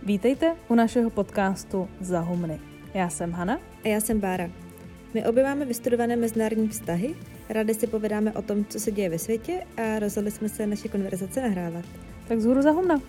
Vítejte u našeho podcastu Za humny. Já jsem Hana. A já jsem Bára. My obě máme vystudované mezinárodní vztahy, rádi si povídáme o tom, co se děje ve světě a rozhodli jsme se naše konverzace nahrávat. Tak vzhůru za humna.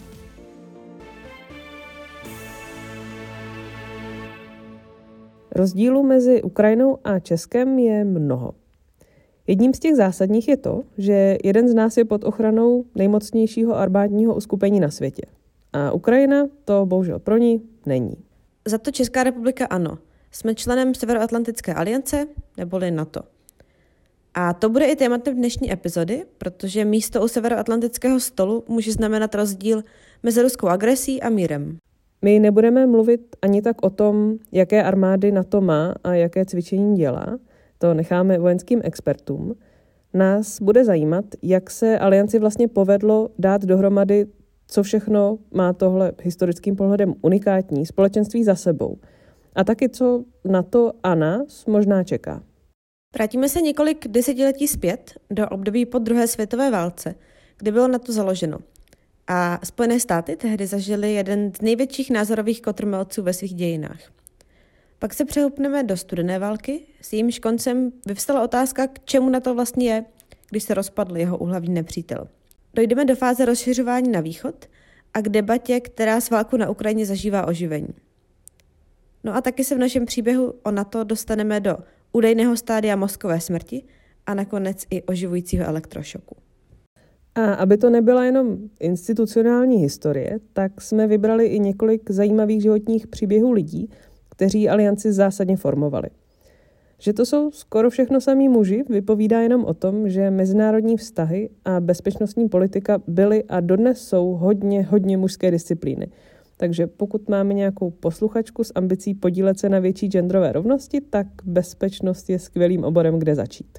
Rozdílů mezi Ukrajinou a Českem je mnoho. Jedním z těch zásadních je to, že jeden z nás je pod ochranou nejmocnějšího armádního uskupení na světě. A Ukrajina to bohužel pro ní není. Za to Česká republika ano. Jsme členem Severoatlantické aliance, neboli NATO. A to bude i tématem dnešní epizody, protože místo u severoatlantického stolu může znamenat rozdíl mezi ruskou agresí a mírem. My nebudeme mluvit ani tak o tom, jaké armády NATO má a jaké cvičení dělá, to necháme vojenským expertům. Nás bude zajímat, jak se alianci vlastně povedlo dát dohromady, co všechno má tohle historickým pohledem unikátní společenství za sebou. A taky, co NATO a nás možná čeká. Vrátíme se několik desetiletí zpět do období po druhé světové válce, kdy bylo NATO založeno. A Spojené státy tehdy zažili jeden z největších názorových kotrmelců ve svých dějinách. Pak se přehupneme do studené války, s jejímž koncem vyvstala otázka, k čemu NATO vlastně je, když se rozpadl jeho úhlavní nepřítel. Dojdeme do fáze rozšiřování na východ a k debatě, která s válkou na Ukrajině zažívá oživení. No a taky se v našem příběhu o NATO dostaneme do údajného stádia mozkové smrti a nakonec i oživujícího elektrošoku. A aby to nebyla jenom institucionální historie, tak jsme vybrali i několik zajímavých životních příběhů lidí, kteří alianci zásadně formovali. Že to jsou skoro všechno samí muži, vypovídá jenom o tom, že mezinárodní vztahy a bezpečnostní politika byly a dodnes jsou hodně mužské disciplíny. Takže pokud máme nějakou posluchačku s ambicí podílet se na větší genderové rovnosti, tak bezpečnost je skvělým oborem, kde začít.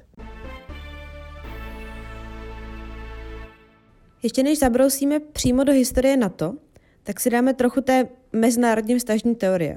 Ještě než zabrousíme přímo do historie NATO, tak si dáme trochu té mezinárodní vztažní teorie.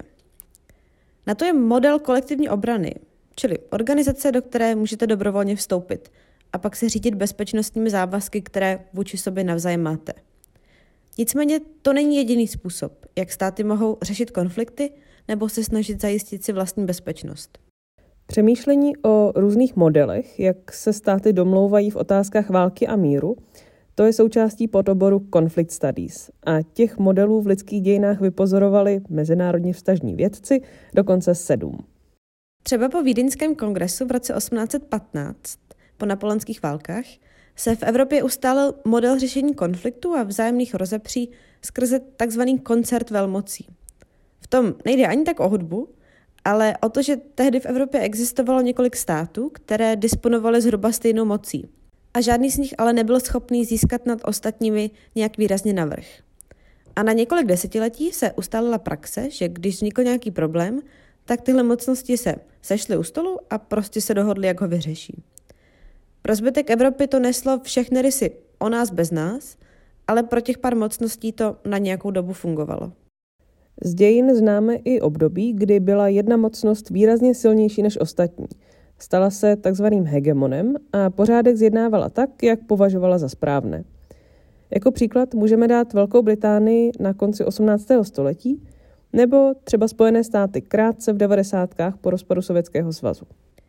NATO je model kolektivní obrany, čili organizace, do které můžete dobrovolně vstoupit a pak se řídit bezpečnostními závazky, které vůči sobě navzájem máte. Nicméně to není jediný způsob, jak státy mohou řešit konflikty nebo se snažit zajistit si vlastní bezpečnost. Přemýšlení o různých modelech, jak se státy domlouvají v otázkách války a míru, to je součástí podoboru Conflict Studies a těch modelů v lidských dějinách vypozorovali mezinárodně vztažní vědci dokonce 7. Třeba po Vídeňském kongresu v roce 1815, po napoleonských válkách, se v Evropě ustálil model řešení konfliktů a vzájemných rozepří skrze takzvaný koncert velmocí. V tom nejde ani tak o hudbu, ale o to, že tehdy v Evropě existovalo několik států, které disponovaly zhruba stejnou mocí. A žádný z nich ale nebyl schopný získat nad ostatními nějak výrazně navrch. A na několik desetiletí se ustálila praxe, že když vznikl nějaký problém, tak tyhle mocnosti se sešly u stolu a prostě se dohodly, jak ho vyřeší. Pro zbytek Evropy to neslo všechny rysy o nás bez nás, ale pro těch pár mocností to na nějakou dobu fungovalo. Z dějin známe i období, kdy byla jedna mocnost výrazně silnější než ostatní. Stala se takzvaným hegemonem a pořádek zjednávala tak, jak považovala za správné. Jako příklad můžeme dát Velkou Británii na konci 18. století nebo třeba Spojené státy krátce v 90. po rozpadu Sovětského svazu.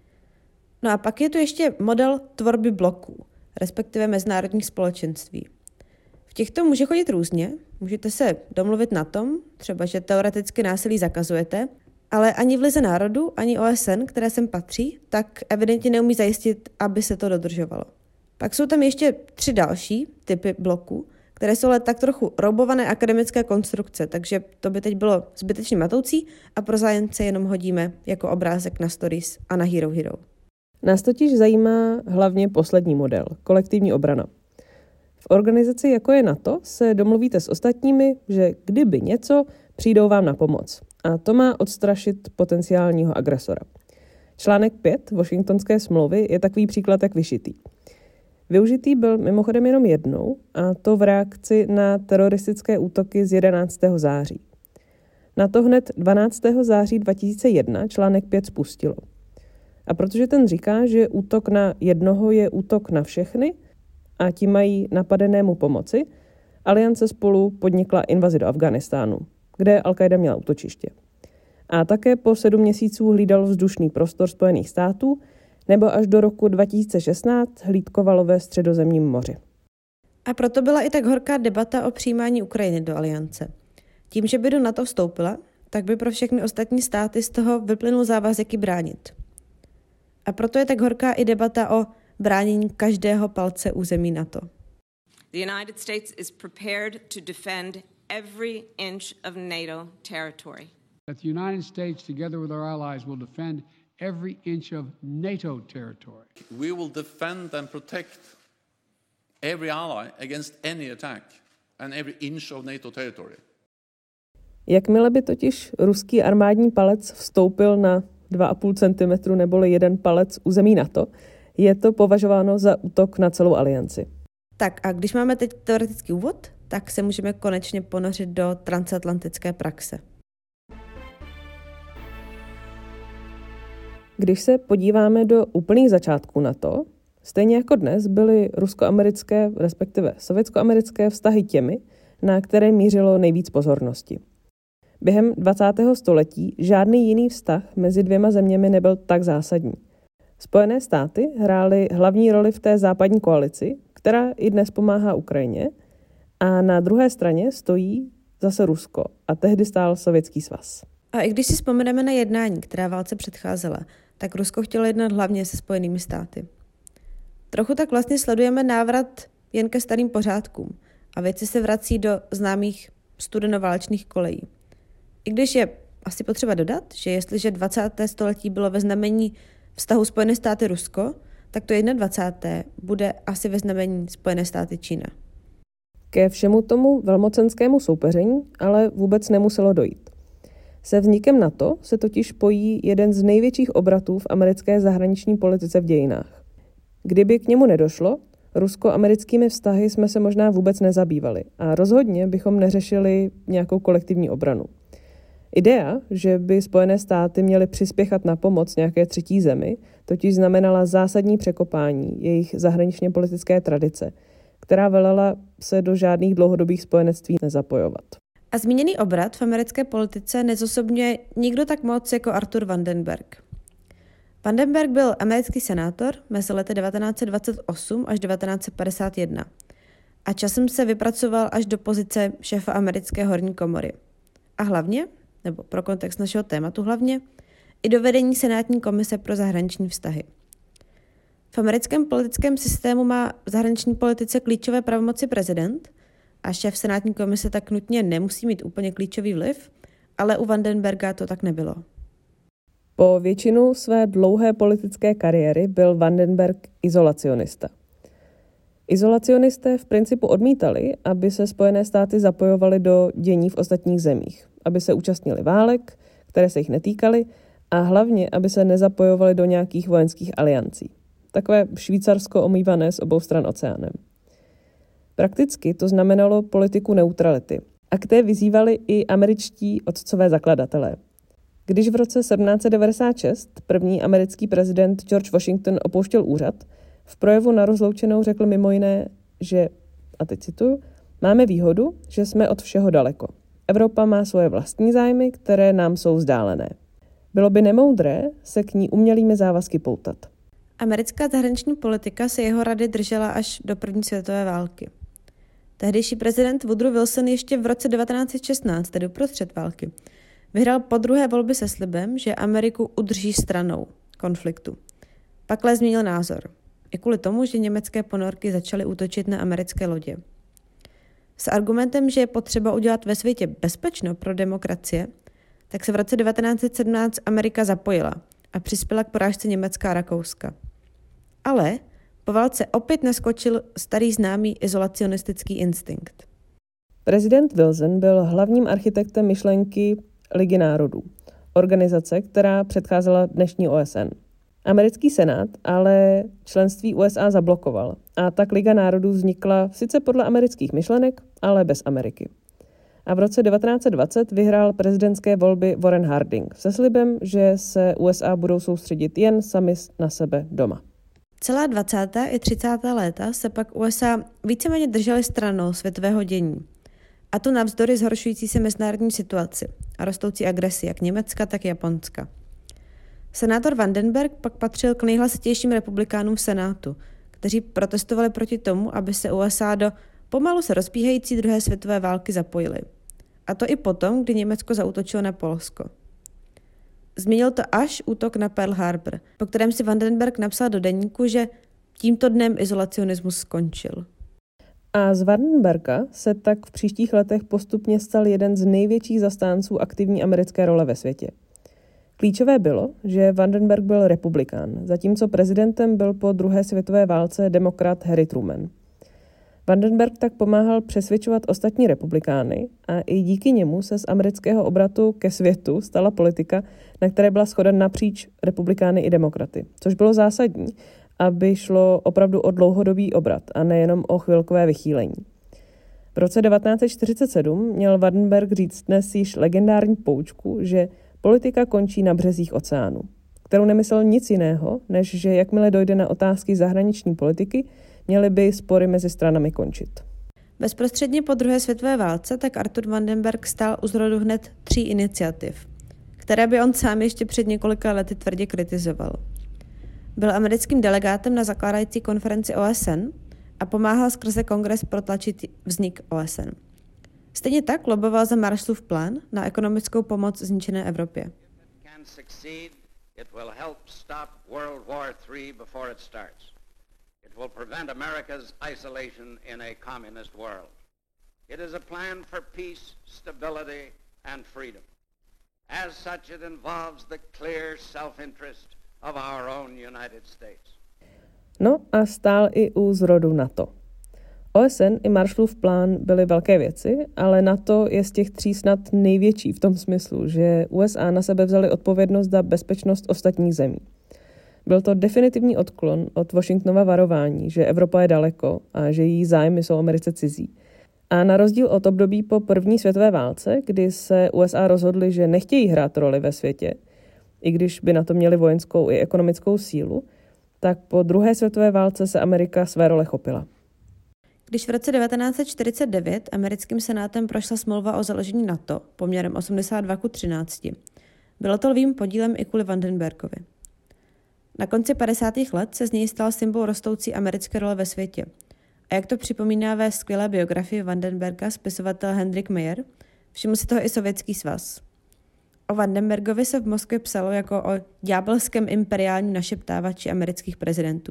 No a pak je tu ještě model tvorby bloků, respektive mezinárodních společenství. V těchto může chodit různě, můžete se domluvit na tom, třeba že teoreticky násilí zakazujete, ale ani v Lize národů, ani OSN, které sem patří, tak evidentně neumí zajistit, aby se to dodržovalo. Pak jsou tam ještě 3 další typy bloků, které jsou ale tak trochu roubované akademické konstrukce, takže to by teď bylo zbytečně matoucí a pro zájemce jenom hodíme jako obrázek na stories a na Hero Hero. Nás totiž zajímá hlavně poslední model, kolektivní obrana. V organizaci, jako je NATO, se domluvíte s ostatními, že kdyby něco, přijdou vám na pomoc. A to má odstrašit potenciálního agresora. Článek 5 Washingtonské smlouvy je takový příklad jak vyšitý. Využitý byl mimochodem jenom jednou, a to v reakci na teroristické útoky z 11. září. Na to hned 12. září 2001 článek 5 spustilo. A protože ten říká, že útok na jednoho je útok na všechny a ti mají napadenému pomoci, aliance spolu podnikla invazi do Afghánistánu, kde Al-Qaida měla útočiště. A také po 7 měsíců hlídal vzdušný prostor Spojených států, nebo až do roku 2016 hlídkovalo ve Středozemním moři. A proto byla i tak horká debata o přijímání Ukrajiny do aliance. Tím, že by do NATO vstoupila, tak by pro všechny ostatní státy z toho vyplynul závazek ji bránit. A proto je tak horká i debata o bránění každého palce území NATO. The United States is prepared to defend every inch of NATO territory. That the United States, together with our allies, will defend every inch of NATO territory. We will defend and protect every ally against any attack and every inch of NATO territory. Jakmile by totiž ruský armádní palec vstoupil na 2,5 cm neboli 1 palec území NATO, je to považováno za útok na celou alianci. Tak a když máme teď teoretický úvod, tak se můžeme konečně ponořit do transatlantické praxe. Když se podíváme do úplných začátků NATO, stejně jako dnes byly rusko-americké, respektive sovětsko-americké vztahy těmi, na které mířilo nejvíc pozornosti. Během 20. století žádný jiný vztah mezi dvěma zeměmi nebyl tak zásadní. Spojené státy hrály hlavní roli v té západní koalici, která i dnes pomáhá Ukrajině, a na druhé straně stojí zase Rusko a tehdy stál Sovětský svaz. A i když si vzpomeneme na jednání, která válce předcházela, tak Rusko chtělo jednat hlavně se Spojenými státy. Trochu tak vlastně sledujeme návrat jen ke starým pořádkům a věci se vrací do známých studenoválečných kolejí. I když je asi potřeba dodat, že jestliže 20. století bylo ve znamení vztahu Spojené státy-Rusko, tak to 21. bude asi ve znamení Spojené státy Čína. Ke všemu tomu velmocenskému soupeření ale vůbec nemuselo dojít. Se vznikem NATO se totiž pojí jeden z největších obratů v americké zahraniční politice v dějinách. Kdyby k němu nedošlo, rusko-americkými vztahy jsme se možná vůbec nezabývali a rozhodně bychom neřešili nějakou kolektivní obranu. Idea, že by Spojené státy měly přispěchat na pomoc nějaké třetí zemi, totiž znamenala zásadní překopání jejich zahraničně politické tradice, která velela se do žádných dlouhodobých spojenectví nezapojovat. A zmíněný obrat v americké politice nezosobňuje nikdo tak moc jako Arthur Vandenberg. Vandenberg byl americký senátor mezi lety 1928 až 1951 a časem se vypracoval až do pozice šéfa americké horní komory. A hlavně, nebo pro kontext našeho tématu hlavně, i do vedení Senátní komise pro zahraniční vztahy. V americkém politickém systému má v zahraniční politice klíčové pravomoci prezident a šéf Senátní komise tak nutně nemusí mít úplně klíčový vliv, ale u Vandenberga to tak nebylo. Po většinu své dlouhé politické kariéry byl Vandenberg izolacionista. Izolacionisté v principu odmítali, aby se Spojené státy zapojovaly do dění v ostatních zemích, aby se účastnili válek, které se jich netýkaly, a hlavně, aby se nezapojovali do nějakých vojenských aliancí. Takové Švýcarsko omývané z obou stran oceánem. Prakticky to znamenalo politiku neutrality, a k té vyzývali i američtí otcové zakladatelé. Když v roce 1796 první americký prezident George Washington opouštěl úřad, v projevu na rozloučenou řekl mimo jiné, že, a teď cituju, máme výhodu, že jsme od všeho daleko. Evropa má svoje vlastní zájmy, které nám jsou vzdálené. Bylo by nemoudré se k ní umělými závazky poutat. Americká zahraniční politika se jeho rady držela až do první světové války. Tehdejší prezident Woodrow Wilson ještě v roce 1916, tedy uprostřed války, vyhrál podruhé volby se slibem, že Ameriku udrží stranou konfliktu. Pakle změnil názor. I kvůli tomu, že německé ponorky začaly útočit na americké lodě. S argumentem, že je potřeba udělat ve světě bezpečno pro demokracie, tak se v roce 1917 Amerika zapojila a přispěla k porážce Německa a Rakouska. Ale po válce opět naskočil starý známý izolacionistický instinkt. Prezident Wilson byl hlavním architektem myšlenky Ligy národů, organizace, která předcházela dnešní OSN. Americký senát ale členství USA zablokoval a tak Liga národů vznikla sice podle amerických myšlenek, ale bez Ameriky. A v roce 1920 vyhrál prezidentské volby Warren Harding se slibem, že se USA budou soustředit jen sami na sebe doma. Celá 20. i 30. léta se pak USA víceméně držely stranou světového dění A to navzdory zhoršující se mezinárodní situaci a rostoucí agresi jak Německa, tak i Japonska. Senátor Vandenberg pak patřil k nejhlasitějším republikánům v Senátu, kteří protestovali proti tomu, aby se USA do pomalu se rozbíhající druhé světové války zapojili. A to i potom, kdy Německo zaútočilo na Polsko. Zmínil to až útok na Pearl Harbor, po kterém si Vandenberg napsal do deníku, že tímto dnem izolacionismus skončil. A z Vandenberga se tak v příštích letech postupně stal jeden z největších zastánců aktivní americké role ve světě. Klíčové bylo, že Vandenberg byl republikán, zatímco prezidentem byl po druhé světové válce demokrat Harry Truman. Vandenberg tak pomáhal přesvědčovat ostatní republikány a i díky němu se z amerického obratu ke světu stala politika, na které byla shoda napříč republikány i demokraty, což bylo zásadní, aby šlo opravdu o dlouhodobý obrat a nejenom o chvilkové vychýlení. V roce 1947 měl Vandenberg říct dnes již legendární poučku, že politika končí na březích oceánu, kterou nemyslel nic jiného, než že jakmile dojde na otázky zahraniční politiky, měly by spory mezi stranami končit. Bezprostředně po druhé světové válce tak Arthur Vandenberg stál u zrodu hned 3 iniciativ, které by on sám ještě před několika lety tvrdě kritizoval. Byl americkým delegátem na zakládající konferenci OSN a pomáhal skrze kongres protlačit vznik OSN. Stejně tak loboval za Marshallův plán na ekonomickou pomoc zničené Evropě. It will prevent America's isolation in a communist world. It is a plan for peace, stability, and freedom. As such, it involves the clear self-interest of our own United States. No a stál i u zrodu NATO. OSN i Marshallův plán byly velké věci, ale NATO je z těch 3 snad největší v tom smyslu, že USA na sebe vzali odpovědnost za bezpečnost ostatních zemí. Byl to definitivní odklon od Washingtonova varování, že Evropa je daleko a že její zájmy jsou Americe cizí. A na rozdíl od období po první světové válce, kdy se USA rozhodli, že nechtějí hrát roli ve světě, i když by na to měli vojenskou i ekonomickou sílu, tak po druhé světové válce se Amerika své role chopila. Když v roce 1949 americkým senátem prošla smlouva o založení NATO poměrem 82:13, bylo to lvým podílem i kvůli Vandenbergovi. Na konci 50. let se z něj stal symbol rostoucí americké role ve světě. A jak to připomíná ve skvělé biografii Vandenberga spisovatel Hendrik Meyer, všiml si toho i Sovětský svaz. O Vandenbergovi se v Moskvě psalo jako o ďábelském imperiálním našeptávači amerických prezidentů.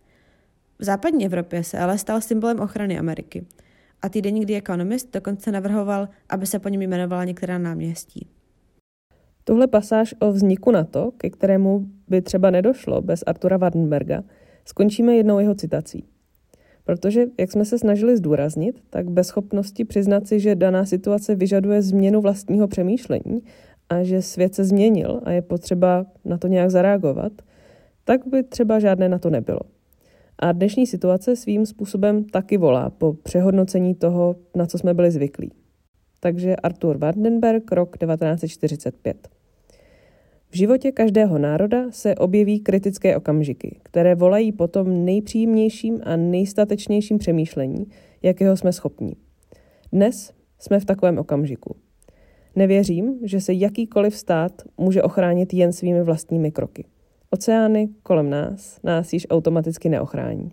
V západní Evropě se ale stal symbolem ochrany Ameriky a týdeník The Economist dokonce navrhoval, aby se po něm jmenovala některá náměstí. Tuhle pasáž o vzniku NATO, ke kterému by třeba nedošlo bez Artura Vandenberga, skončíme jednou jeho citací. Protože, jak jsme se snažili zdůraznit, tak bez schopnosti přiznat si, že daná situace vyžaduje změnu vlastního přemýšlení a že svět se změnil a je potřeba na to nějak zareagovat, tak by třeba žádné NATO nebylo. A dnešní situace svým způsobem taky volá po přehodnocení toho, na co jsme byli zvyklí. Takže Arthur Vandenberg, rok 1945. V životě každého národa se objeví kritické okamžiky, které volají po tom nejpříjemnějším a nejstatečnějším přemýšlení, jakého jsme schopni. Dnes jsme v takovém okamžiku. Nevěřím, že se jakýkoliv stát může ochránit jen svými vlastními kroky. Oceány kolem nás již automaticky neochrání.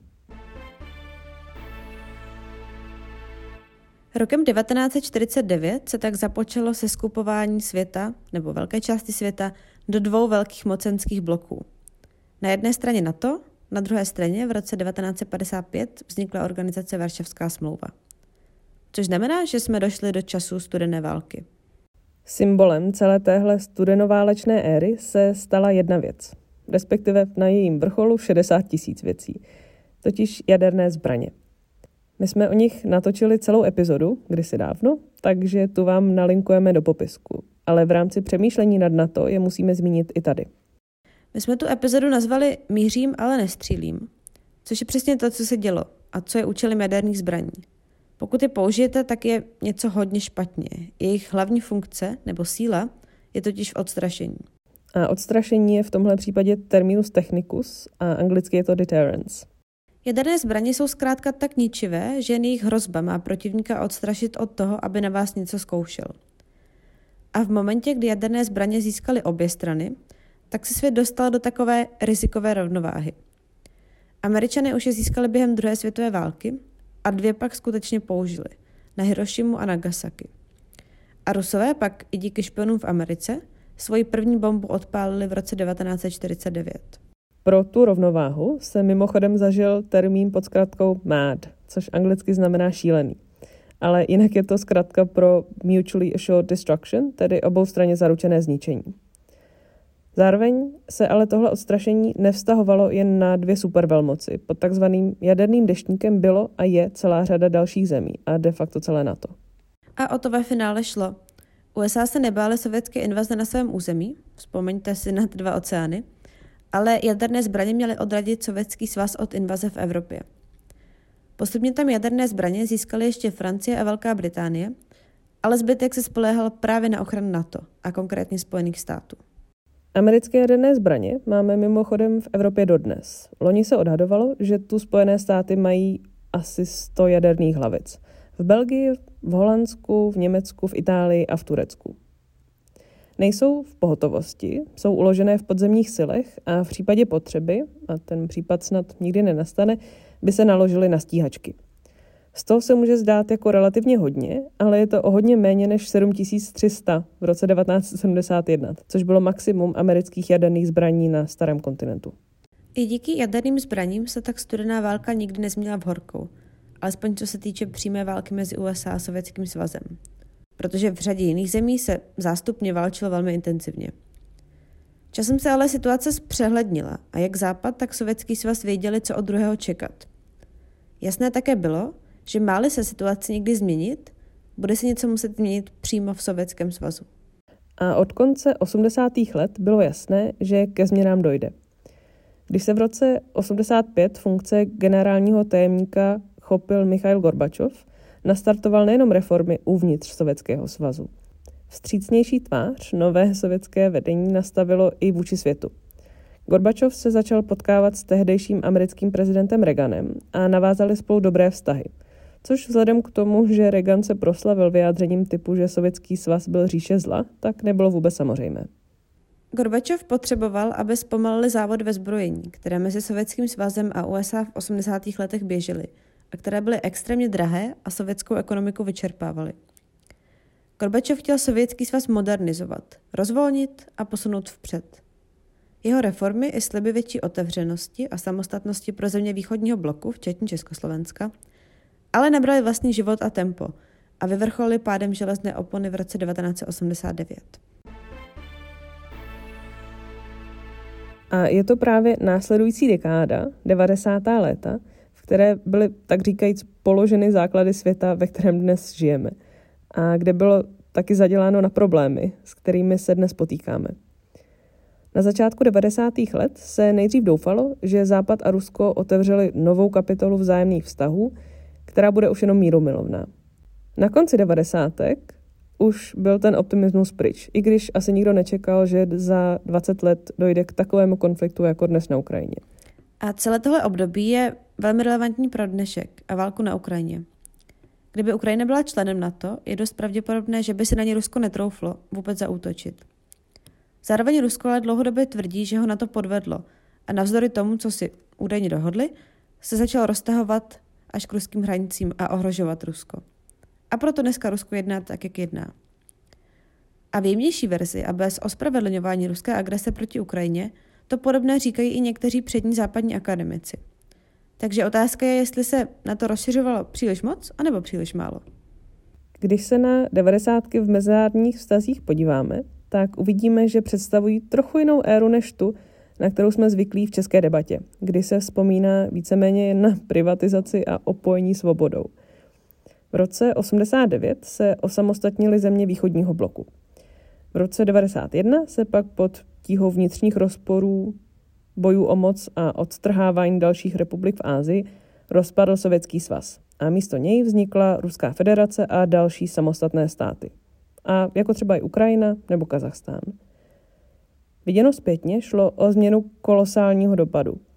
Rokem 1949 se tak započalo seskupování světa, nebo velké části světa, do 2 velkých mocenských bloků. Na jedné straně NATO, na druhé straně v roce 1955 vznikla organizace Varšavská smlouva. Což znamená, že jsme došli do času studené války. Symbolem celé téhle studenoválečné éry se stala jedna věc, respektive na jejím vrcholu 60 000 věcí, totiž jaderné zbraně. My jsme o nich natočili celou epizodu, kdysi dávno, takže tu vám nalinkujeme do popisku. Ale v rámci přemýšlení nad NATO je musíme zmínit i tady. My jsme tu epizodu nazvali Mířím, ale nestřílím, což je přesně to, co se dělo a co je účelem jaderných zbraní. Pokud je použijete, tak je něco hodně špatně. Jejich hlavní funkce, nebo síla, je totiž v odstrašení. A odstrašení je v tomhle případě terminus technicus a anglicky je to deterrence. Jaderné zbraně jsou zkrátka tak ničivé, že jen jejich hrozba má protivníka odstrašit od toho, aby na vás něco zkoušel. A v momentě, kdy jaderné zbraně získaly obě strany, tak se svět dostal do takové rizikové rovnováhy. Američané už je získali během druhé světové války a 2 pak skutečně použili, na Hirošimu a Nagasaki. A Rusové pak i díky špionům v Americe svoji první bombu odpálili v roce 1949. Pro tu rovnováhu se mimochodem zažil termín pod zkratkou MAD, což anglicky znamená šílený. Ale jinak je to zkratka pro Mutually Assured Destruction, tedy oboustranně zaručené zničení. Zároveň se ale tohle odstrašení nevztahovalo jen na 2 supervelmoci. Pod takzvaným jaderným deštníkem bylo a je celá řada dalších zemí a de facto celé NATO. A o to ve finále šlo. USA se nebály sovětské invaze na svém území, vzpomeňte si na 2 oceány, ale jaderné zbraně měly odradit Sovětský svaz od invaze v Evropě. Postupně tam jaderné zbraně získaly ještě Francie a Velká Británie, ale zbytek se spoléhal právě na ochranu NATO a konkrétně Spojených států. Americké jaderné zbraně máme mimochodem v Evropě dodnes. Loni se odhadovalo, že tu Spojené státy mají asi 100 jaderných hlavic. V Belgii, v Holandsku, v Německu, v Itálii a v Turecku. Nejsou v pohotovosti, jsou uložené v podzemních silech a v případě potřeby, a ten případ snad nikdy nenastane, by se naložily na stíhačky. Z toho se může zdát jako relativně hodně, ale je to o hodně méně než 7300 v roce 1971, což bylo maximum amerických jaderných zbraní na starém kontinentu. I díky jaderným zbraním se tak studená válka nikdy nezměnila v horkou, alespoň co se týče přímé války mezi USA a Sovětským svazem. Protože v řadě jiných zemí se zástupně válčilo velmi intenzivně. Časem se ale situace zpřehlednila a jak Západ, tak Sovětský svaz věděli, co od druhého čekat. Jasné také bylo, že máli se situace někdy změnit, bude se něco muset změnit přímo v Sovětském svazu. A od konce 80. let bylo jasné, že ke změnám dojde. Když se v roce 85 funkce generálního tajemníka chopil Michail Gorbačov, nastartoval nejenom reformy uvnitř Sovětského svazu. Vstřícnější tvář nové sovětské vedení nastavilo i vůči světu. Gorbačov se začal potkávat s tehdejším americkým prezidentem Reaganem a navázali spolu dobré vztahy. Což vzhledem k tomu, že Reagan se proslavil vyjádřením typu, že Sovětský svaz byl říše zla, tak nebylo vůbec samozřejmé. Gorbačov potřeboval, aby zpomalili závod ve zbrojení, které mezi Sovětským svazem a USA v 80. letech běžely a které byly extrémně drahé a sovětskou ekonomiku vyčerpávaly. Gorbačov chtěl Sovětský svaz modernizovat, rozvolnit a posunout vpřed. Jeho reformy i sliby větší otevřenosti a samostatnosti pro země východního bloku, včetně Československa, ale nabrali vlastní život a tempo a vyvrcholili pádem železné opony v roce 1989. A je to právě následující dekáda, 90. léta, v které byly, tak říkajíc, položeny základy světa, ve kterém dnes žijeme. A kde bylo taky zaděláno na problémy, s kterými se dnes potýkáme. Na začátku 90. let se nejdřív doufalo, že Západ a Rusko otevřeli novou kapitolu vzájemných vztahů, která bude už jenom mírumilovná. Na konci 90. už byl ten optimismus pryč, i když asi nikdo nečekal, že za 20 let dojde k takovému konfliktu jako dnes na Ukrajině. A celé tohle období je velmi relevantní pro dnešek a válku na Ukrajině. Kdyby Ukrajina byla členem NATO, je dost pravděpodobné, že by se na ně Rusko netrouflo vůbec zaútočit. Zároveň Rusko ale dlouhodobě tvrdí, že ho NATO podvedlo a navzdory tomu, co si údajně dohodli, se začalo roztahovat až k ruským hranicím a ohrožovat Rusko. A proto dneska Rusko jedná tak, jak jedná. A v jemnější verzi a bez ospravedlňování ruské agrese proti Ukrajině to podobné říkají i někteří přední západní akademici. Takže otázka je, jestli se na to rozšiřovalo příliš moc, anebo příliš málo. Když se na 90. v mezinárodních vztazích podíváme, tak uvidíme, že představují trochu jinou éru než tu, na kterou jsme zvyklí v české debatě, kdy se vzpomíná víceméně jen na privatizaci a opojení svobodou. V roce 89 se osamostatnily země východního bloku. V roce 91 se pak pod tíhou vnitřních rozporů, bojů o moc a odstrhávání dalších republik v Asii rozpadl Sovětský svaz a místo něj vznikla Ruská federace a další samostatné státy. A jako třeba i Ukrajina nebo Kazachstán. Viděno zpětně šlo o změnu kolosálního dopadu.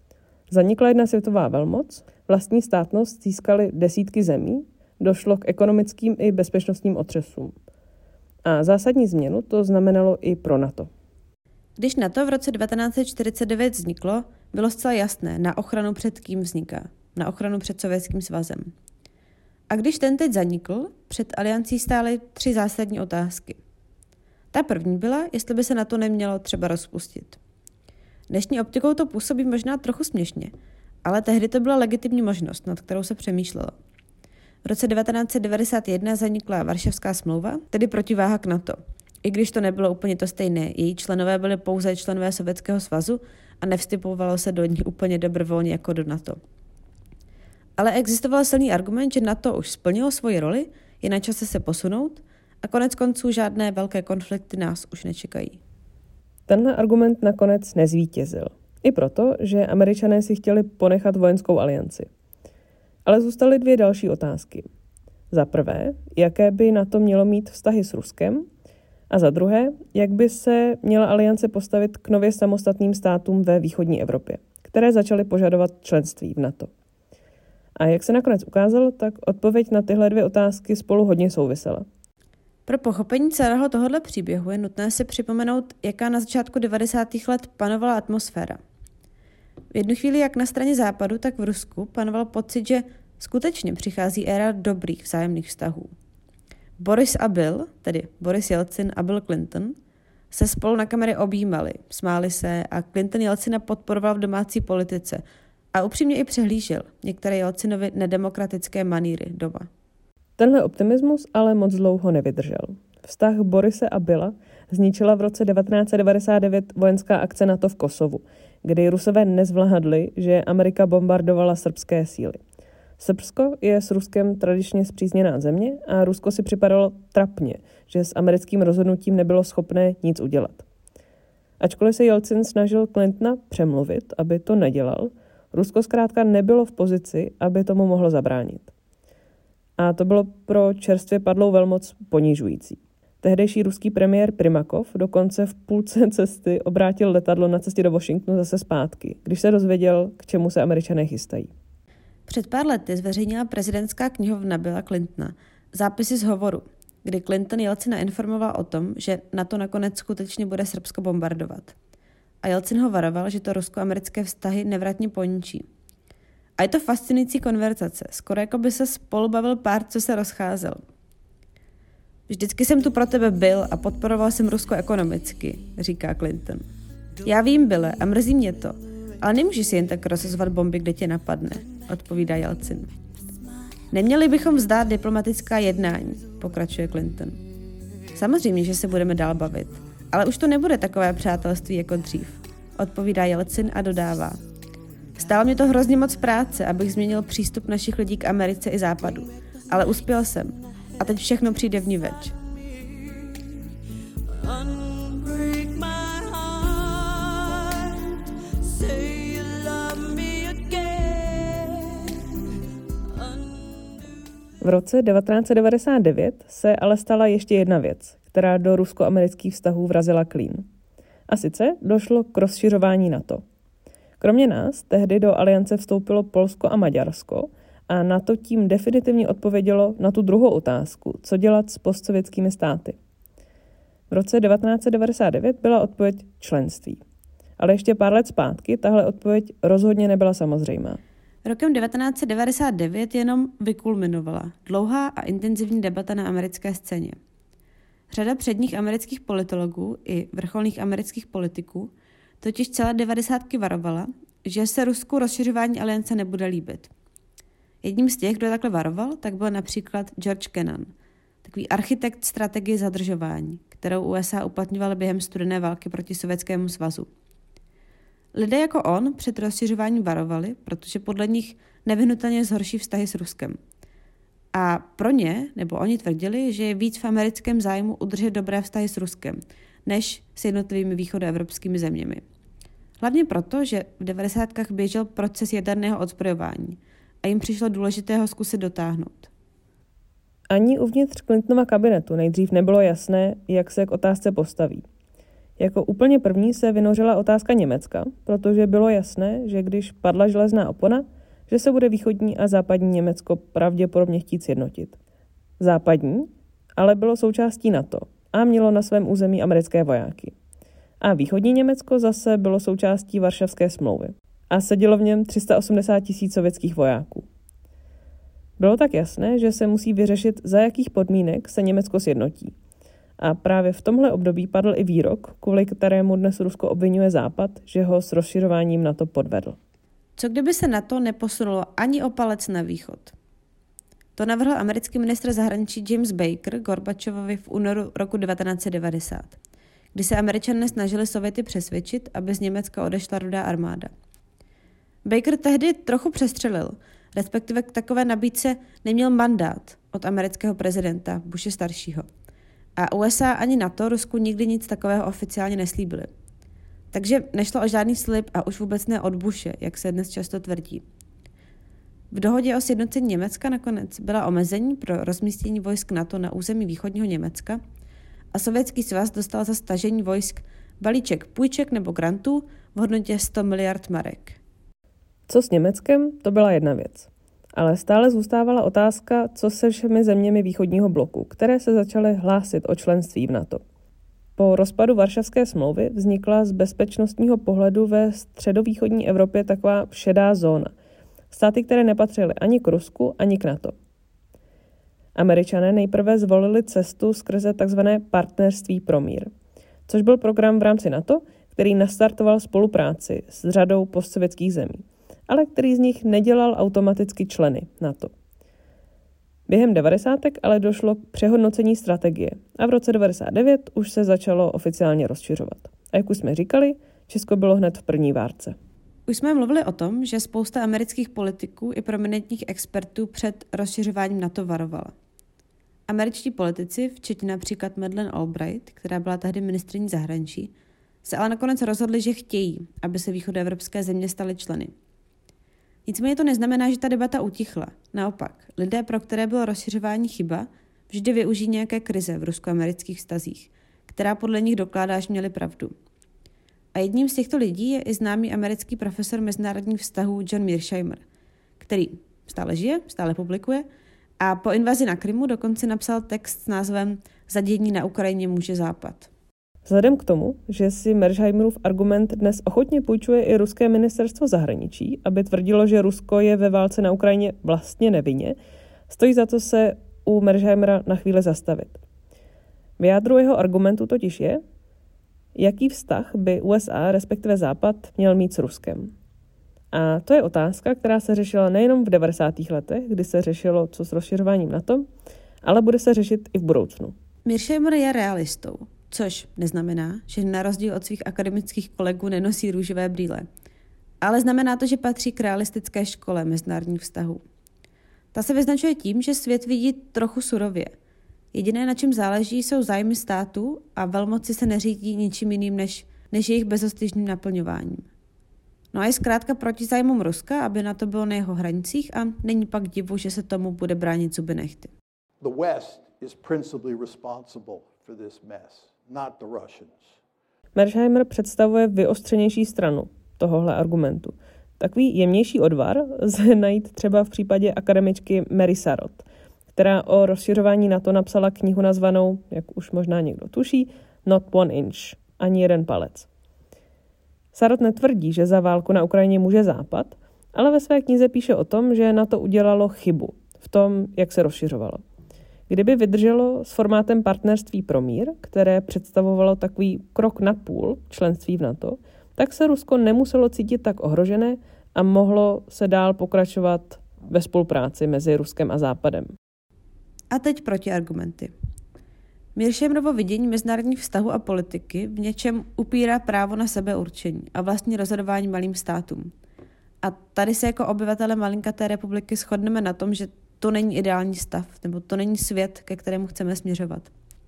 Zanikla jedna světová velmoc, vlastní státnost získaly desítky zemí, došlo k ekonomickým i bezpečnostním otřesům. A zásadní změnu to znamenalo i pro NATO. Když NATO v roce 1949 vzniklo, bylo zcela jasné, na ochranu před kým vzniká. Na ochranu před Sovětským svazem. A když ten teď zanikl, před aliancí stály 3 zásadní otázky. Ta první byla, jestli by se NATO nemělo třeba rozpustit. Dnešní optikou to působí možná trochu směšně, ale tehdy to byla legitimní možnost, nad kterou se přemýšlelo. V roce 1991 zanikla Varšavská smlouva, tedy protiváha k NATO. I když to nebylo úplně to stejné, její členové byli pouze členové Sovětského svazu a nevstupovalo se do ní úplně dobrovolně jako do NATO. Ale existoval silný argument, že NATO už splnilo svoji roli, je na čase se posunout a konec konců žádné velké konflikty nás už nečekají. Tenhle argument nakonec nezvítězil. I proto, že Američané si chtěli ponechat vojenskou alianci. Ale zůstaly 2 další otázky. Za prvé, jaké by NATO mělo mít vztahy s Ruskem? A za druhé, jak by se měla aliance postavit k nově samostatným státům ve východní Evropě, které začaly požadovat členství v NATO. A jak se nakonec ukázalo, tak odpověď na tyhle 2 otázky spolu hodně souvisela. Pro pochopení celého tohoto příběhu je nutné si připomenout, jaká na začátku 90. let panovala atmosféra. V jednu chvíli jak na straně západu, tak v Rusku panoval pocit, že skutečně přichází éra dobrých vzájemných vztahů. Boris a Bill, tedy Boris Jelcin a Bill Clinton, se spolu na kamery objímali, smáli se a Clinton Jelcina podporoval v domácí politice a upřímně i přehlížel některé Jelcinovy nedemokratické maníry doma. Tenhle optimismus ale moc dlouho nevydržel. Vztah Borise a Billa zničila v roce 1999 vojenská akce NATO v Kosovu, kdy Rusové nezvládli, že Amerika bombardovala srbské síly. Srbsko je s Ruskem tradičně spřízněná země a Rusko si připadalo trapně, že s americkým rozhodnutím nebylo schopné nic udělat. Ačkoliv se Jelcin snažil Clintona přemluvit, aby to nedělal, Rusko zkrátka nebylo v pozici, aby tomu mohlo zabránit. A to bylo pro čerstvě padlou velmoc ponižující. Tehdejší ruský premiér Primakov dokonce v půlce cesty obrátil letadlo na cestě do Washingtonu zase zpátky, když se dozvěděl, k čemu se Američané chystají. Před pár lety zveřejnila prezidentská knihovna Billa Clintona zápisy z hovoru, kdy Clinton Jelcina informoval o tom, že NATO nakonec skutečně bude Srbsko bombardovat. A Jelcin ho varoval, že to rusko-americké vztahy nevratně poničí. A je to fascinující konverzace, skoro jako by se spolu bavil pár, co se rozcházel. Vždycky jsem tu pro tebe byl a podporoval jsem Rusko ekonomicky, říká Clinton. Já vím, Bille, a mrzí mě to, ale nemůžeš si jen tak rozezvat bomby, kde tě napadne, odpovídá Jelcin. Neměli bychom vzdát diplomatická jednání, pokračuje Clinton. Samozřejmě, že se budeme dál bavit, ale už to nebude takové přátelství jako dřív, odpovídá Jelcin a dodává. Stálo mě to hrozně moc práce, abych změnil přístup našich lidí k Americe i Západu, ale uspěl jsem a teď všechno přijde vniveč. V roce 1999 se ale stala ještě jedna věc, která do rusko-amerických vztahů vrazila klín. A sice došlo k rozšiřování NATO. Kromě nás tehdy do aliance vstoupilo Polsko a Maďarsko a NATO tím definitivně odpovědělo na tu druhou otázku, co dělat s postsovětskými státy. V roce 1999 byla odpověď členství. Ale ještě pár let zpátky tahle odpověď rozhodně nebyla samozřejmá. Rokem 1999 jenom vykulminovala dlouhá a intenzivní debata na americké scéně. Řada předních amerických politologů i vrcholných amerických politiků totiž celé 90. varovala, že se Rusku rozšiřování aliance nebude líbit. Jedním z těch, kdo takhle varoval, tak byl například George Kennan, takový architekt strategie zadržování, kterou USA uplatňovaly během studené války proti Sovětskému svazu. Lidé jako on před rozšiřováním varovali, protože podle nich nevyhnutelně zhorší vztahy s Ruskem. A pro ně, nebo oni tvrdili, že je víc v americkém zájmu udržet dobré vztahy s Ruskem, než s jednotlivými východoevropskými zeměmi. Hlavně proto, že v 90. běžel proces jaderného odzbrojování a jim přišlo důležité ho zkusit dotáhnout. Ani uvnitř Clintonova kabinetu nejdřív nebylo jasné, jak se k otázce postaví. Jako úplně první se vynořila otázka Německa, protože bylo jasné, že když padla železná opona, že se bude východní a západní Německo pravděpodobně chtít sjednotit. Západní ale bylo součástí NATO a mělo na svém území americké vojáky. A východní Německo zase bylo součástí Varšavské smlouvy a sedělo v něm 380 000 sovětských vojáků. Bylo tak jasné, že se musí vyřešit, za jakých podmínek se Německo sjednotí. A právě v tomhle období padl i výrok, kvůli kterému dnes Rusko obvinuje Západ, že ho s rozšiřováním NATO podvedl. Co kdyby se NATO neposunulo ani o palec na východ? To navrhl americký ministr zahraničí James Baker Gorbačovovi v únoru roku 1990, kdy se Američané snažili Sověty přesvědčit, aby z Německa odešla Rudá armáda. Baker tehdy trochu přestřelil, respektive k takové nabídce neměl mandát od amerického prezidenta Bushe staršího. A USA ani NATO Rusku nikdy nic takového oficiálně neslíbili. Takže nešlo o žádný slib a už vůbec ne od Bushe, jak se dnes často tvrdí. V dohodě o sjednocení Německa nakonec byla omezení pro rozmístění vojsk NATO na území východního Německa a Sovětský svaz dostal za stažení vojsk balíček půjček nebo grantů v hodnotě 100 miliard marek. Co s Německem, to byla jedna věc. Ale stále zůstávala otázka, co se všemi zeměmi východního bloku, které se začaly hlásit o členství v NATO. Po rozpadu Varšavské smlouvy vznikla z bezpečnostního pohledu ve středovýchodní Evropě taková šedá zóna. Státy, které nepatřily ani k Rusku, ani k NATO. Američané nejprve zvolili cestu skrze tzv. Partnerství pro mír, což byl program v rámci NATO, který nastartoval spolupráci s řadou postsovětských zemí, ale který z nich nedělal automaticky členy NATO. Během 90. ale došlo k přehodnocení strategie a v roce 1999 už se začalo oficiálně rozšiřovat. A jak už jsme říkali, Česko bylo hned v první várce. Už jsme mluvili o tom, že spousta amerických politiků i prominentních expertů před rozšiřováním NATO varovala. Američtí politici, včetně například Madeleine Albright, která byla tehdy ministryní zahraničí, se ale nakonec rozhodli, že chtějí, aby se východoevropské země staly členy. Nicméně to neznamená, že ta debata utichla. Naopak, lidé, pro které bylo rozšiřování chyba, vždy využijí nějaké krize v rusko-amerických vztazích, která podle nich dokládá, že měli pravdu. A jedním z těchto lidí je i známý americký profesor mezinárodních vztahů John Mearsheimer, který stále žije, stále publikuje a po invazi na Krymu dokonce napsal text s názvem Zadění na Ukrajině může Západ. Vzhledem k tomu, že si Mearsheimerův argument dnes ochotně půjčuje i ruské ministerstvo zahraničí, aby tvrdilo, že Rusko je ve válce na Ukrajině vlastně nevinně, stojí za to se u Mearsheimera na chvíli zastavit. V jádru jeho argumentu totiž je, jaký vztah by USA, respektive Západ, měl mít s Ruskem. A to je otázka, která se řešila nejenom v 90. letech, kdy se řešilo, co s rozšiřováním NATO, ale bude se řešit i v budoucnu. Mearsheimer je realistou, což neznamená, že na rozdíl od svých akademických kolegů nenosí růžové brýle. Ale znamená to, že patří k realistické škole mezinárodních vztahů. Ta se vyznačuje tím, že svět vidí trochu surově. Jediné, na čem záleží, jsou zájmy států a velmoci se neřídí ničím jiným než jejich bezostyšným naplňováním. No a je zkrátka proti zájmům Ruska, aby na to bylo na jeho hranicích a není pak divu, že se tomu bude bránit zuby nehty. The West is principally responsible for this mess, not the Russians. Mearsheimer představuje vyostřenější stranu tohohle argumentu. Takový jemnější odvar lze najít třeba v případě akademičky Mary Sarot, která o rozšiřování NATO napsala knihu nazvanou, jak už možná někdo tuší, Not One Inch, ani jeden palec. Sarot netvrdí, že za válku na Ukrajině může Západ, ale ve své knize píše o tom, že NATO udělalo chybu v tom, jak se rozšiřovalo. Kdyby vydrželo s formátem partnerství pro mír, které představovalo takový krok na půl členství v NATO, tak se Rusko nemuselo cítit tak ohrožené a mohlo se dál pokračovat ve spolupráci mezi Ruskem a Západem. A teď protiargumenty. Mearsheimerovo vidění mezinárodních vztahů a politiky v něčem upírá právo na sebeurčení a vlastní rozhodování malým státům. A tady se jako obyvatele malinkaté republiky shodneme na tom, že to není ideální stav, nebo to není svět, ke kterému chceme směřovat.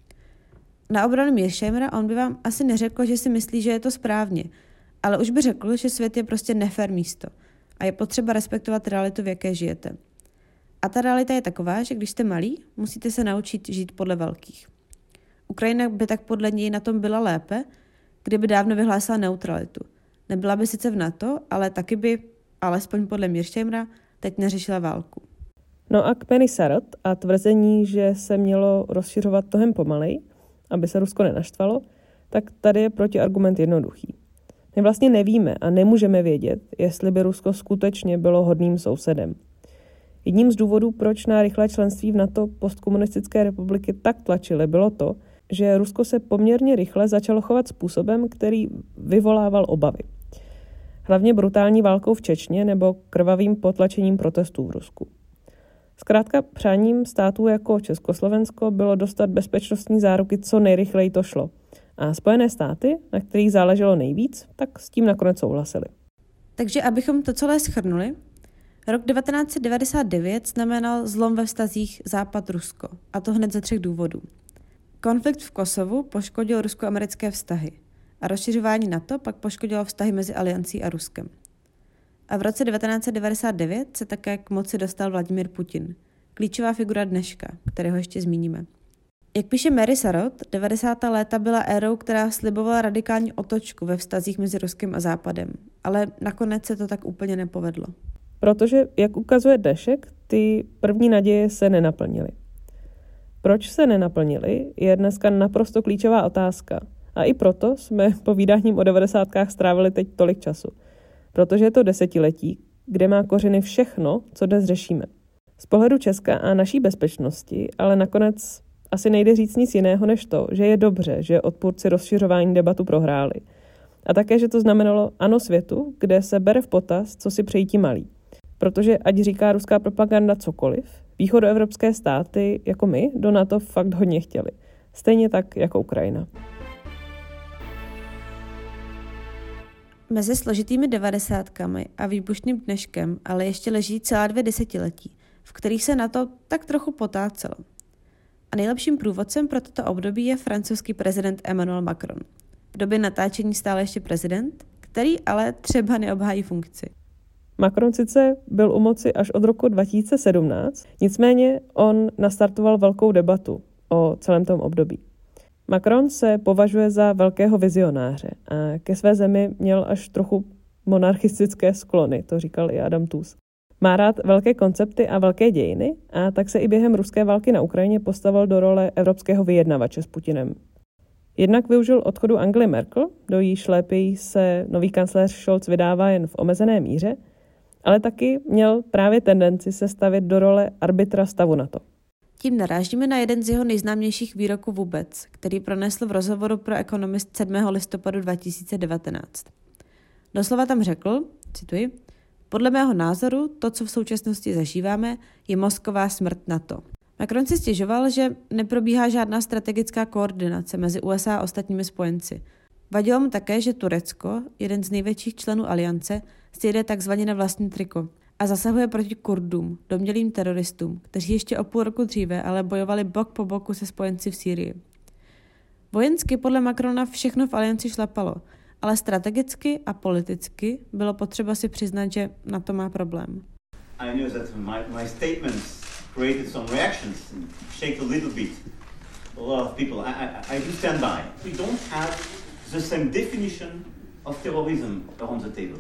Na obranu Mearsheimera on by vám asi neřekl, že si myslí, že je to správně, ale už by řekl, že svět je prostě nefér místo a je potřeba respektovat realitu, v jaké žijete. A ta realita je taková, že když jste malí, musíte se naučit žít podle velkých. Ukrajina by tak podle něj na tom byla lépe, kdyby dávno vyhlásila neutralitu. Nebyla by sice v NATO, ale taky by, alespoň podle Mearsheimer'a, teď neřešila válku. No a k Penny Sarrett a tvrzení, že se mělo rozšiřovat mnohem pomalej, aby se Rusko nenaštvalo, tak tady je protiargument jednoduchý. My vlastně nevíme a nemůžeme vědět, jestli by Rusko skutečně bylo hodným sousedem. Jedním z důvodů, proč na rychlé členství v NATO postkomunistické republiky tak tlačily, bylo to, že Rusko se poměrně rychle začalo chovat způsobem, který vyvolával obavy. Hlavně brutální válkou v Čečně nebo krvavým potlačením protestů v Rusku. Zkrátka přáním států jako Československo bylo dostat bezpečnostní záruky co nejrychleji to šlo. A Spojené státy, na kterých záleželo nejvíc, tak s tím nakonec souhlasili. Takže abychom to celé shrnuli, rok 1999 znamenal zlom ve vztazích Západ-Rusko, a to hned ze 3 důvodů. Konflikt v Kosovu poškodil rusko-americké vztahy a rozšiřování NATO pak poškodilo vztahy mezi Aliancí a Ruskem. A v roce 1999 se také k moci dostal Vladimír Putin, klíčová figura dneška, kterého ještě zmíníme. Jak píše Mary Sarrett, 90. léta byla érou, která slibovala radikální otočku ve vztazích mezi Ruskem a Západem, ale nakonec se to tak úplně nepovedlo. Protože, jak ukazuje dnešek, ty první naděje se nenaplnily. Proč se nenaplnily, je dneska naprosto klíčová otázka. A i proto jsme povídáním o 90kách strávili teď tolik času. Protože je to desetiletí, kde má kořeny všechno, co dnes řešíme. Z pohledu Česka a naší bezpečnosti, ale nakonec asi nejde říct nic jiného než to, že je dobře, že odpůrci rozšiřování debatu prohráli. A také, že to znamenalo ano světu, kde se bere v potaz, co si přejí ti malí. Protože ať říká ruská propaganda cokoliv, východoevropské státy jako my do NATO fakt hodně chtěli. Stejně tak jako Ukrajina. Mezi složitými 90kami a výbušným dneškem ale ještě leží celá 2 desetiletí, v kterých se NATO tak trochu potácelo. A nejlepším průvodcem pro toto období je francouzský prezident Emmanuel Macron. V době natáčení stále ještě prezident, který ale třeba neobhájí funkci. Macron sice byl u moci až od roku 2017, nicméně on nastartoval velkou debatu o celém tom období. Macron se považuje za velkého vizionáře a ke své zemi měl až trochu monarchistické sklony, to říkal i Adam Tooze. Má rád velké koncepty a velké dějiny a tak se i během ruské války na Ukrajině postavil do role evropského vyjednavače s Putinem. Jednak využil odchodu Angely Merkel, do jíž lépěji se nový kancléř Scholz vydává jen v omezené míře, ale taky měl právě tendenci se stavět do role arbitra stavu NATO. Tím narážíme na jeden z jeho nejznámějších výroků vůbec, který pronesl v rozhovoru pro Economist 7. listopadu 2019. Doslova tam řekl, cituji, podle mého názoru to, co v současnosti zažíváme, je mozková smrt NATO. Macron si stěžoval, že neprobíhá žádná strategická koordinace mezi USA a ostatními spojenci. Vadilo mu také, že Turecko, jeden z největších členů aliance, si jede takzvaně na vlastní triko a zasahuje proti Kurdům, domnělým teroristům, kteří ještě o půl roku dříve ale bojovali bok po boku se spojenci v Sýrii. Vojensky podle Macrona všechno v alianci šlapalo, ale strategicky a politicky bylo potřeba si přiznat, že NATO má problém. I knew that my statements created some reactions and shake a little bit a lot of people. I do stand by. We don't have the same definition of terrorism around the table.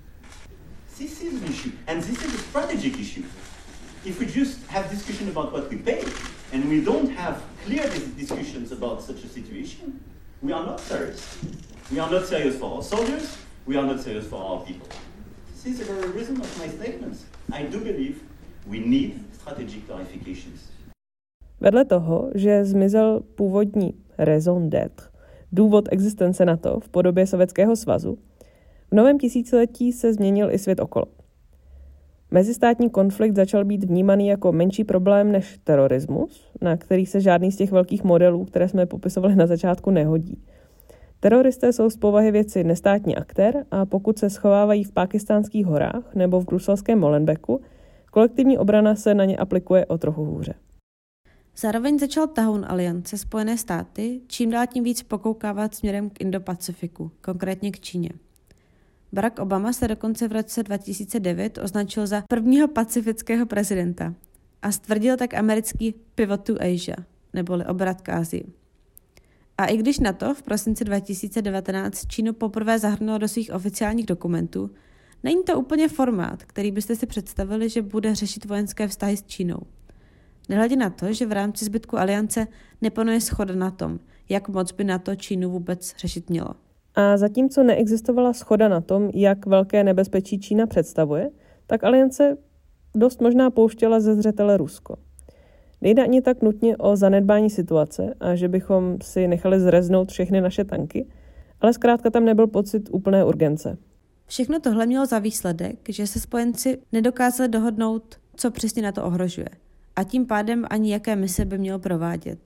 This is an issue, and this is a strategic issue. If we just have discussion about what we pay, and we don't have clear discussions about such a situation, we are not serious. We are not serious for our soldiers, we are not serious for our people. This is the very reason of my statements. I do believe we need strategic clarifications. Vedle toho, že zmizel původní raison d'être, důvod existence NATO v podobě Sovětského svazu, v novém tisíciletí se změnil i svět okolo. Mezistátní konflikt začal být vnímaný jako menší problém než terorismus, na který se žádný z těch velkých modelů, které jsme popisovali na začátku, nehodí. Teroristé jsou z povahy věci nestátní aktér a pokud se schovávají v Pákistánských horách nebo v bruselském Molenbeeku, kolektivní obrana se na ně aplikuje o trochu hůře. Zároveň začal tahoun aliance Spojené státy čím dál tím víc pokoukávat směrem k Indo-Pacifiku, konkrétně k Číně. Barack Obama se dokonce v roce 2009 označil za prvního pacifického prezidenta a stvrdil tak americký pivot to Asia, neboli obrat k Asii. A i když NATO v prosinci 2019 Čínu poprvé zahrnulo do svých oficiálních dokumentů, není to úplně formát, který byste si představili, že bude řešit vojenské vztahy s Čínou. Nehledě na to, že v rámci zbytku aliance nepanuje shoda na tom, jak moc by NATO Čínu vůbec řešit mělo. A zatímco neexistovala shoda na tom, jak velké nebezpečí Čína představuje, tak aliance dost možná pouštěla ze zřetele Rusko. Nejde ani tak nutně o zanedbání situace a že bychom si nechali zreznout všechny naše tanky, ale zkrátka tam nebyl pocit úplné urgence. Všechno tohle mělo za výsledek, že se spojenci nedokázali dohodnout, co přesně NATO ohrožuje, a tím pádem ani jaké mise by mělo provádět.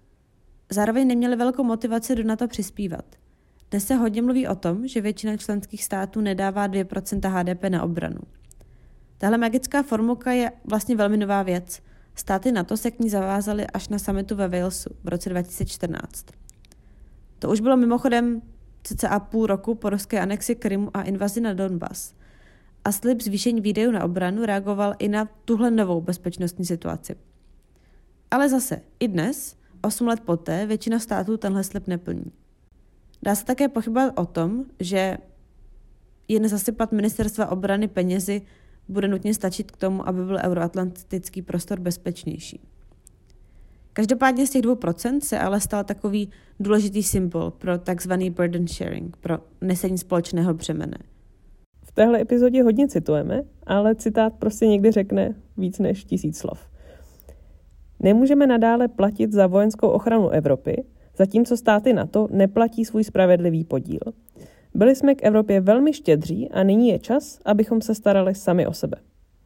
Zároveň neměli velkou motivaci do NATO přispívat. Dnes se hodně mluví o tom, že většina členských států nedává 2% HDP na obranu. Tahle magická formulka je vlastně velmi nová věc. Státy NATO se k ní zavázaly až na summitu ve Walesu v roce 2014. To už bylo mimochodem cca půl roku po ruské anexi Krymu a invazi na Donbas. A slib zvýšení výdajů na obranu reagoval i na tuhle novou bezpečnostní situaci. Ale zase, i dnes, 8 let poté, většina států tenhle slib neplní. Dá se také pochybovat o tom, že jen zasypat ministerstva obrany penězi bude nutně stačit k tomu, aby byl euroatlantický prostor bezpečnější. Každopádně z těch 2% se ale stal takový důležitý symbol pro takzvaný burden sharing, pro nesení společného břemene. V téhle epizodě hodně citujeme, ale citát prostě někdy řekne víc než 1000 slov. Nemůžeme nadále platit za vojenskou ochranu Evropy, zatímco státy NATO neplatí svůj spravedlivý podíl. Byli jsme k Evropě velmi štědří a nyní je čas, abychom se starali sami o sebe.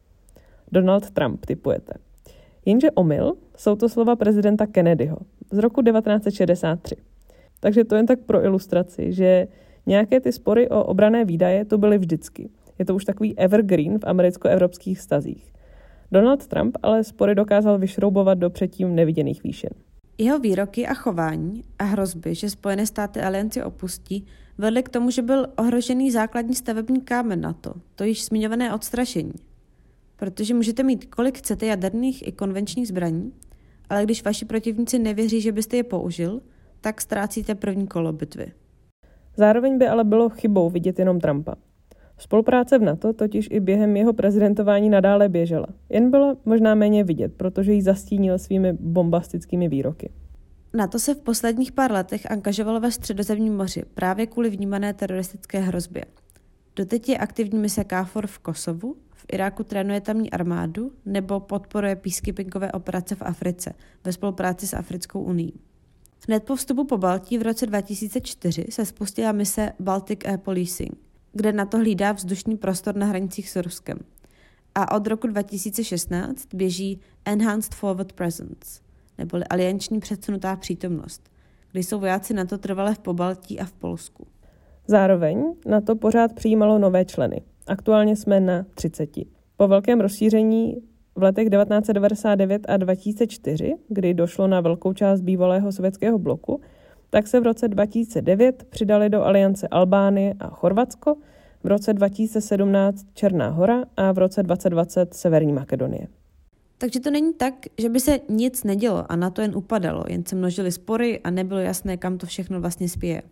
Donald Trump tipujete. Jenže omyl, jsou to slova prezidenta Kennedyho z roku 1963. Takže to jen tak pro ilustraci, že nějaké ty spory o obranné výdaje to byly vždycky. Je to už takový evergreen v americko-evropských vztazích. Donald Trump ale spory dokázal vyšroubovat do předtím neviděných výšin. Jeho výroky a chování a hrozby, že Spojené státy alianci opustí, vedly k tomu, že byl ohrožený základní stavební kámen NATO, to již zmiňované odstrašení. Protože můžete mít kolik chcete jaderných i konvenčních zbraní, ale když vaši protivníci nevěří, že byste je použil, tak ztrácíte první kolo bitvy. Zároveň by ale bylo chybou vidět jenom Trumpa. Spolupráce v NATO totiž i během jeho prezidentování nadále běžela. Jen byla možná méně vidět, protože ji zastínil svými bombastickými výroky. NATO se v posledních pár letech angažovalo ve Středozemním moři právě kvůli vnímané teroristické hrozbě. Doteď je aktivní mise KFOR v Kosovu, v Iráku trénuje tamní armádu nebo podporuje peacekeepingové operace v Africe ve spolupráci s Africkou unií. Hned po vstupu po Baltí v roce 2004 se spustila mise Baltic Air Policing, kde NATO hlídá vzdušný prostor na hranicích s Ruskem. A od roku 2016 běží Enhanced Forward Presence, neboli alianční předsunutá přítomnost, kde jsou vojáci NATO trvale v Pobaltí a v Polsku. Zároveň NATO pořád přijímalo nové členy. Aktuálně jsme na 30. Po velkém rozšíření v letech 1999 a 2004, kdy došlo na velkou část bývalého sovětského bloku, tak se v roce 2009 přidali do aliance Albánie a Chorvatsko, v roce 2017 Černá Hora a v roce 2020 Severní Makedonie. Takže to není tak, že by se nic nedělo a NATO jen upadalo, jen se množily spory a nebylo jasné, kam to všechno vlastně spěje.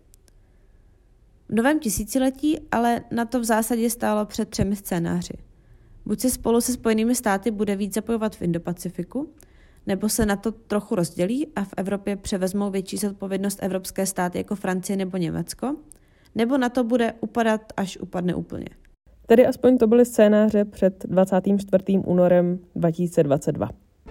V novém tisíciletí ale NATO v zásadě stálo před 3 scénáři. Buď se spolu se Spojenými státy bude víc zapojovat v Indo-Pacifiku, nebo se NATO trochu rozdělí a v Evropě převezmou větší zodpovědnost evropské státy jako Francie nebo Německo, nebo NATO bude upadat, až upadne úplně. Tedy aspoň to byly scénáře před 24. únorem 2022.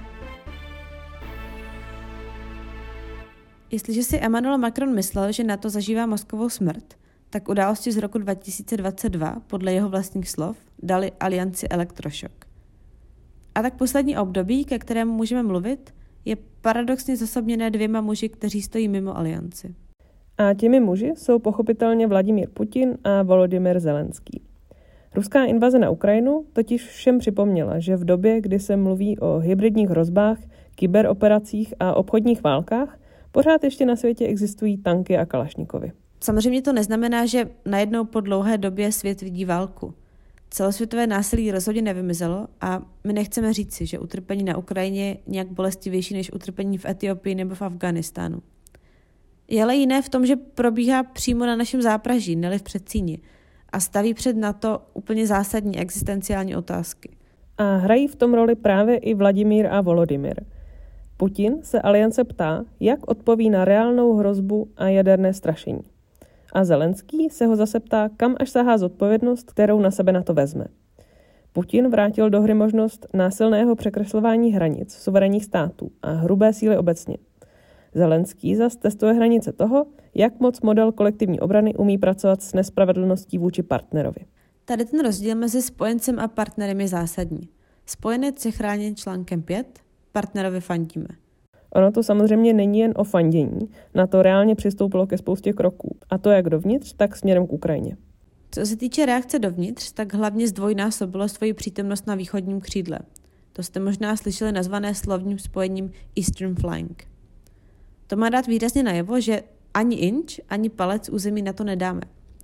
Jestliže si Emmanuel Macron myslel, že NATO zažívá mozkovou smrt, tak události z roku 2022, podle jeho vlastních slov, dali alianci elektrošok. A tak poslední období, ke kterému můžeme mluvit, je paradoxně zasobněné 2 muži, kteří stojí mimo alianci. A těmi muži jsou pochopitelně Vladimír Putin a Volodymyr Zelenský. Ruská invaze na Ukrajinu totiž všem připomněla, že v době, kdy se mluví o hybridních hrozbách, kyberoperacích a obchodních válkách, pořád ještě na světě existují tanky a kalašnikovy. Samozřejmě to neznamená, že najednou po dlouhé době svět vidí válku. Celosvětové násilí rozhodně nevymizelo a my nechceme říci, že utrpení na Ukrajině je nějak bolestivější než utrpení v Etiopii nebo v Afghánistánu. Je ale jiné v tom, že probíhá přímo na našem zápraží, ne-li v předsíni, a staví před NATO úplně zásadní existenciální otázky. A hrají v tom roli právě i Vladimír a Volodymyr. Putin se aliance ptá, jak odpoví na reálnou hrozbu a jaderné strašení. A Zelenský se ho zase ptá, kam až sahá zodpovědnost, kterou na sebe NATO vezme. Putin vrátil do hry možnost násilného překreslování hranic suverénních států a hrubé síly obecně. Zelenský zas testuje hranice toho, jak moc model kolektivní obrany umí pracovat s nespravedlností vůči partnerovi. Tady ten rozdíl mezi spojencem a partnerem je zásadní. Spojenec je chráněn článkem 5, partnerovi fandíme. Ono to samozřejmě není jen o fandění, na to reálně přistoupilo ke spoustě kroků, a to jak dovnitř, tak směrem k Ukrajině. Co se týče reakce dovnitř, tak hlavně zdvojnásobilo svoji přítomnost na východním křídle. To jste možná slyšeli nazvané slovním spojením Eastern Flank. To má dát výrazně najevo, že ani inč, ani palec území na to nedáme.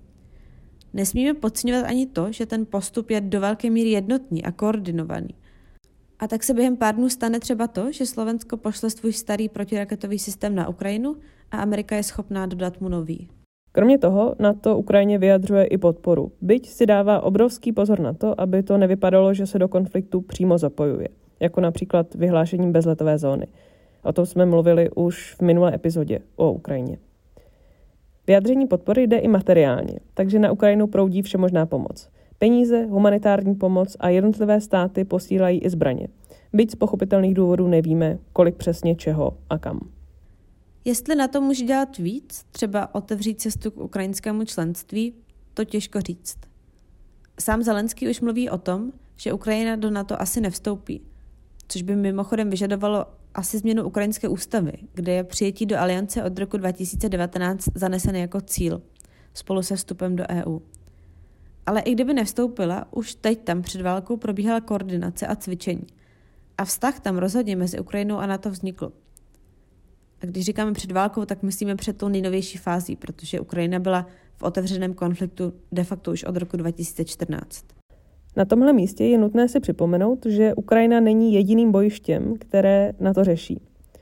Nesmíme podceňovat ani to, že ten postup je do velké míry jednotný a koordinovaný. A tak se během pár dnů stane třeba to, že Slovensko pošle svůj starý protiraketový systém na Ukrajinu a Amerika je schopná dodat mu nový. Kromě toho na to Ukrajině vyjadřuje i podporu, byť si dává obrovský pozor na to, aby to nevypadalo, že se do konfliktu přímo zapojuje, jako například vyhlášením bezletové zóny. O tom jsme mluvili už v minulé epizodě o Ukrajině. Vyjádření podpory jde i materiálně, takže na Ukrajinu proudí všemožná pomoc. Peníze, humanitární pomoc a jednotlivé státy posílají i zbraně. Byť z pochopitelných důvodů nevíme, kolik přesně čeho a kam. Jestli na to může dělat víc, třeba otevřít cestu k ukrajinskému členství, to těžko říct. Sám Zelenský už mluví o tom, že Ukrajina do NATO asi nevstoupí, což by mimochodem vyžadovalo asi změnu ukrajinské ústavy, kde je přijetí do aliance od roku 2019 zanesené jako cíl, spolu se vstupem do EU. Ale i kdyby nevstoupila, už teď tam před válkou probíhala koordinace a cvičení. A vztah tam rozhodně mezi Ukrajinou a NATO vznikl. A když říkáme před válkou, tak myslíme před tou nejnovější fází, protože Ukrajina byla v otevřeném konfliktu de facto už od roku 2014. Na tomhle místě je nutné si připomenout, že Ukrajina není jediným bojištěm, které NATO řeší.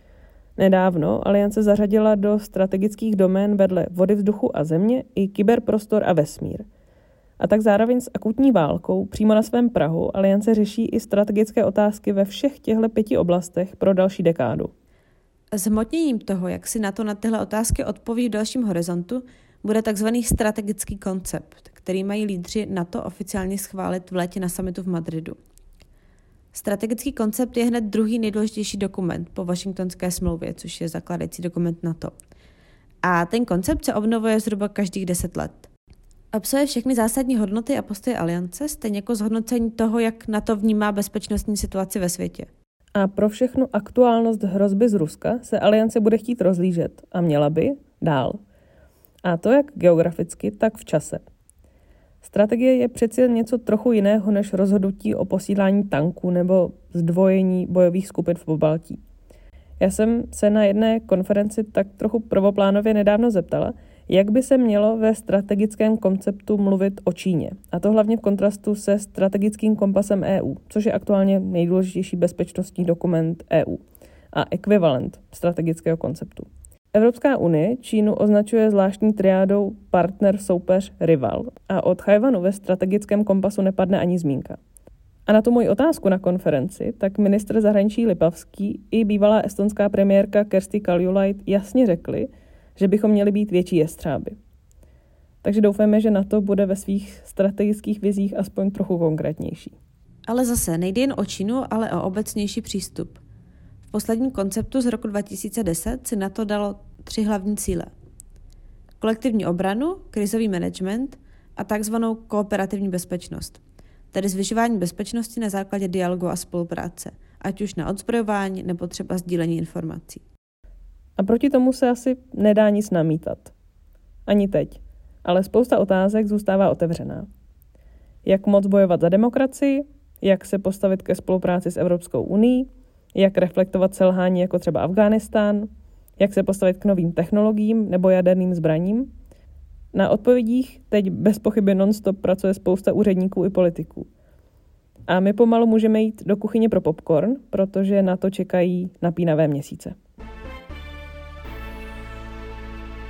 Nedávno aliance zařadila do strategických domén vedle vody, vzduchu a země i kyberprostor a vesmír. A tak zároveň s akutní válkou přímo na svém prahu aliance řeší i strategické otázky ve všech těchto 5 oblastech pro další dekádu. Zhmotněním toho, jak si NATO na tyhle otázky odpoví v dalším horizontu, bude takzvaný strategický koncept, který mají lídři NATO oficiálně schválit v létě na summitu v Madridu. Strategický koncept je hned druhý nejdůležitější dokument po Washingtonské smlouvě, což je zakládající dokument NATO. A ten koncept se obnovuje zhruba každých 10 let. Obsahuje všechny zásadní hodnoty a postoje aliance, stejně jako zhodnocení toho, jak NATO vnímá bezpečnostní situaci ve světě. A pro všechnu aktuálnost hrozby z Ruska se aliance bude chtít rozlížet a měla by dál. A to jak geograficky, tak v čase. Strategie je přeci něco trochu jiného než rozhodnutí o posílání tanků nebo zdvojení bojových skupin v Pobaltí. Já jsem se na jedné konferenci tak trochu prvoplánově nedávno zeptala, jak by se mělo ve strategickém konceptu mluvit o Číně. A to hlavně v kontrastu se strategickým kompasem EU, což je aktuálně nejdůležitější bezpečnostní dokument EU a ekvivalent strategického konceptu. Evropská unie Čínu označuje zvláštní triádou partner, soupeř, rival a od Tchaj-wanu ve strategickém kompasu nepadne ani zmínka. A na tu moji otázku na konferenci, tak ministr zahraničí Lipavský i bývalá estonská premiérka Kersti Kaljulaid jasně řekli, že bychom měli být větší jestřáby. Takže doufáme, že NATO bude ve svých strategických vizích aspoň trochu konkrétnější. Ale zase nejde jen o Čínu, ale o obecnější přístup. V posledním konceptu z roku 2010 si NATO dalo 3 hlavní cíle. Kolektivní obranu, krizový management a takzvanou kooperativní bezpečnost, tedy zvyšování bezpečnosti na základě dialogu a spolupráce, ať už na odzbrojování nebo třeba sdílení informací. A proti tomu se asi nedá nic namítat. Ani teď. Ale spousta otázek zůstává otevřená. Jak moc bojovat za demokracii, jak se postavit ke spolupráci s Evropskou unií, jak reflektovat selhání jako třeba Afghánistán, jak se postavit k novým technologiím nebo jaderným zbraním. Na odpovědích teď bez pochyby non-stop pracuje spousta úředníků i politiků. A my pomalu můžeme jít do kuchyně pro popcorn, protože na to čekají napínavé měsíce.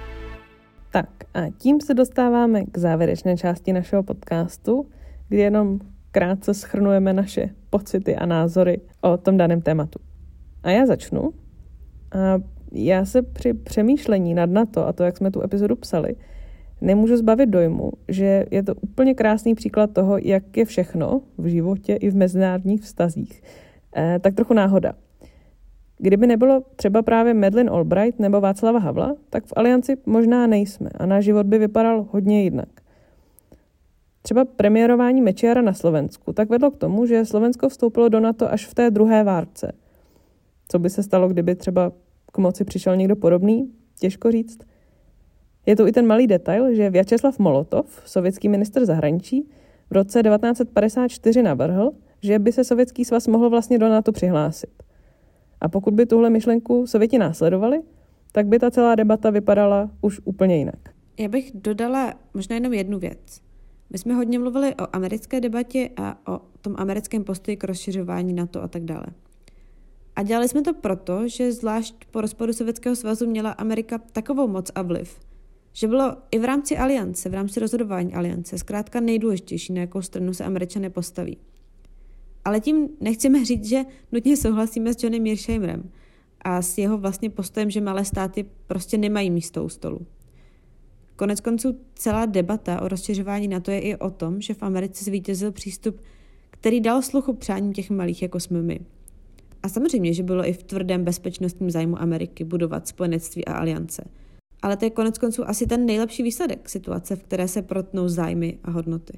A tím se dostáváme k závěrečné části našeho podcastu, kdy jenom krátce shrnujeme naše pocity a názory o tom daném tématu. A já začnu. A já se při přemýšlení nad NATO a to, jak jsme tu epizodu psali, nemůžu zbavit dojmu, že je to úplně krásný příklad toho, jak je všechno v životě i v mezinárodních vztazích tak trochu náhoda. Kdyby nebylo třeba právě Madeleine Albright nebo Václava Havla, tak v alianci možná nejsme a náš život by vypadal hodně jinak. Třeba premiérování Mečiara na Slovensku tak vedlo k tomu, že Slovensko vstoupilo do NATO až v té druhé válce. Co by se stalo, kdyby třeba k moci přišel někdo podobný? Těžko říct. Je tu i ten malý detail, že Vjačeslav Molotov, sovětský ministr zahraničí, v roce 1954 navrhl, že by se Sovětský svaz mohl vlastně do NATO přihlásit. A pokud by tuhle myšlenku Sověti následovali, tak by ta celá debata vypadala už úplně jinak. Já bych dodala možná jenom jednu věc. My jsme hodně mluvili o americké debatě a o tom americkém postoji k rozšiřování NATO a tak dále. A dělali jsme to proto, že zvlášť po rozpadu Sovětského svazu měla Amerika takovou moc a vliv, že bylo i v rámci aliance, v rámci rozhodování aliance, zkrátka nejdůležitější, na jakou stranu se Američané postaví. Ale tím nechceme říct, že nutně souhlasíme s Johnem Mearsheimerem a s jeho vlastně postojem, že malé státy prostě nemají místo u stolu. Koneckonců celá debata o rozšiřování NATO je i o tom, že v Americe zvítězil přístup, který dal sluchu přáním těch malých, jako jsme my. A samozřejmě, že bylo i v tvrdém bezpečnostním zájmu Ameriky budovat spojenectví a aliance. Ale to je koneckonců asi ten nejlepší výsledek situace, v které se protnou zájmy a hodnoty.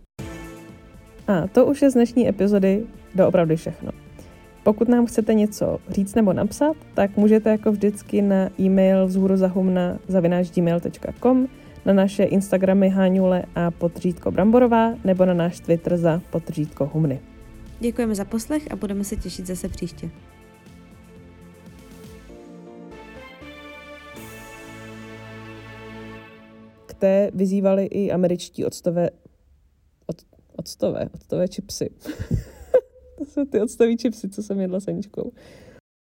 A to už je z dnešní epizody doopravdy všechno. Pokud nám chcete něco říct nebo napsat, tak můžete jako vždycky na e-mail vzhůruzahumna@gmail.com, na naše Instagramy Háňule a _Bramborová nebo na náš Twitter za _Humny. Děkujeme za poslech a budeme se těšit zase příště. K té vyzývali i američtí octové čipsy. To jsou ty octové čipsy, co jsem jedla s Aničkou.